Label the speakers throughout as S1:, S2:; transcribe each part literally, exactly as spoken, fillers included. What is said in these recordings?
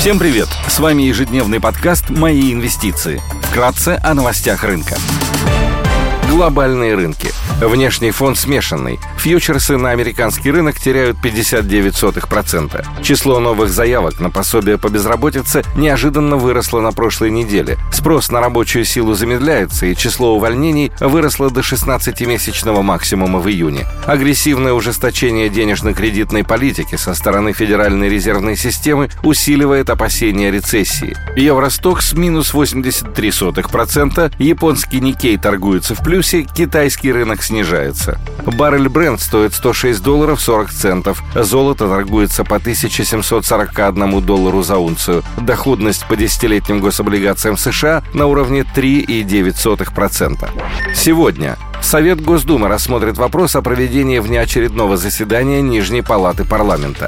S1: Всем привет! С вами ежедневный подкаст «Мои инвестиции». Вкратце о новостях рынка. Глобальные рынки. Внешний фон смешанный. Фьючерсы на американский рынок теряют пятьдесят девять сотых процента. Число новых заявок на пособие по безработице неожиданно выросло на прошлой неделе. Спрос на рабочую силу замедляется, и число увольнений выросло до шестнадцатимесячного максимума в июне. Агрессивное ужесточение денежно-кредитной политики со стороны Федеральной резервной системы усиливает опасения рецессии. Евростокс минус восемьдесят три сотых процента, японский Никей торгуется в плюсе, китайский рынок снижается. Баррель Brent стоит сто шесть долларов сорок центов. Золото торгуется по тысяча семьсот сорок один доллару за унцию. Доходность по десятилетним гособлигациям США на уровне три целых девять сотых процента. Сегодня Совет Госдумы рассмотрит вопрос о проведении внеочередного заседания Нижней палаты парламента.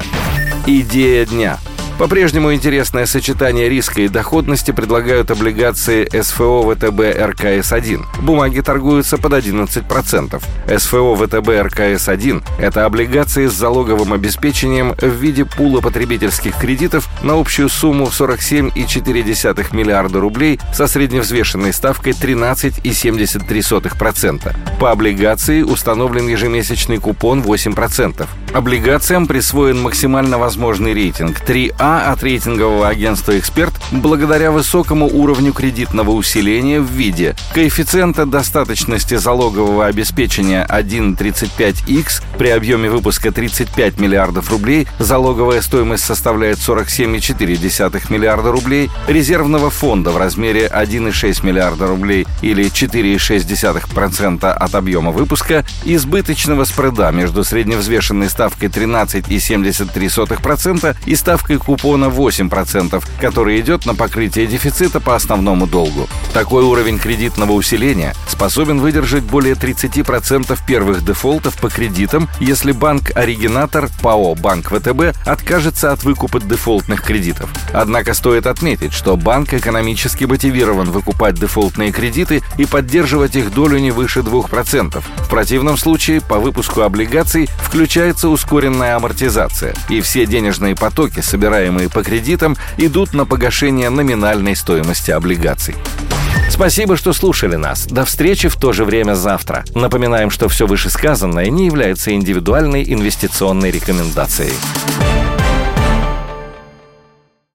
S1: Идея дня. По-прежнему интересное сочетание риска и доходности предлагают облигации СФО ВТБ эр ка эс один. Бумаги торгуются под одиннадцать процентов. СФО ВТБ эр ка эс один – это облигации с залоговым обеспечением в виде пула потребительских кредитов на общую сумму в сорок семь целых четыре десятых миллиарда рублей со средневзвешенной ставкой тринадцать целых семьдесят три сотых процента. По облигации установлен ежемесячный купон восемь процентов. Облигациям присвоен максимально возможный рейтинг три А от рейтингового агентства «Эксперт» благодаря высокому уровню кредитного усиления в виде коэффициента достаточности залогового обеспечения один целых тридцать пять икс при объеме выпуска тридцать пять миллиардов рублей, залоговая стоимость составляет сорок семь целых четыре десятых миллиарда рублей, резервного фонда в размере один целых шесть миллиарда рублей или четыре целых шесть десятых процента от объема выпуска, избыточного спреда между средневзвешенной ставкой тринадцать целых семьдесят три сотых процента и ставкой купона восемь процентов, который идет на покрытие дефицита по основному долгу. Такой уровень кредитного усиления способен выдержать более тридцать процентов первых дефолтов по кредитам, если банк-оригинатор ПАО «Банк ВТБ» откажется от выкупа дефолтных кредитов. Однако стоит отметить, что банк экономически мотивирован выкупать дефолтные кредиты и поддерживать их долю не выше двух процентов. В противном случае по выпуску облигаций включается ускоренная амортизация, и все денежные потоки, собираемые по кредитам, идут на погашение номинальной стоимости облигаций. Спасибо, что слушали нас. До встречи в то же время завтра. Напоминаем, что все вышесказанное не является индивидуальной инвестиционной рекомендацией.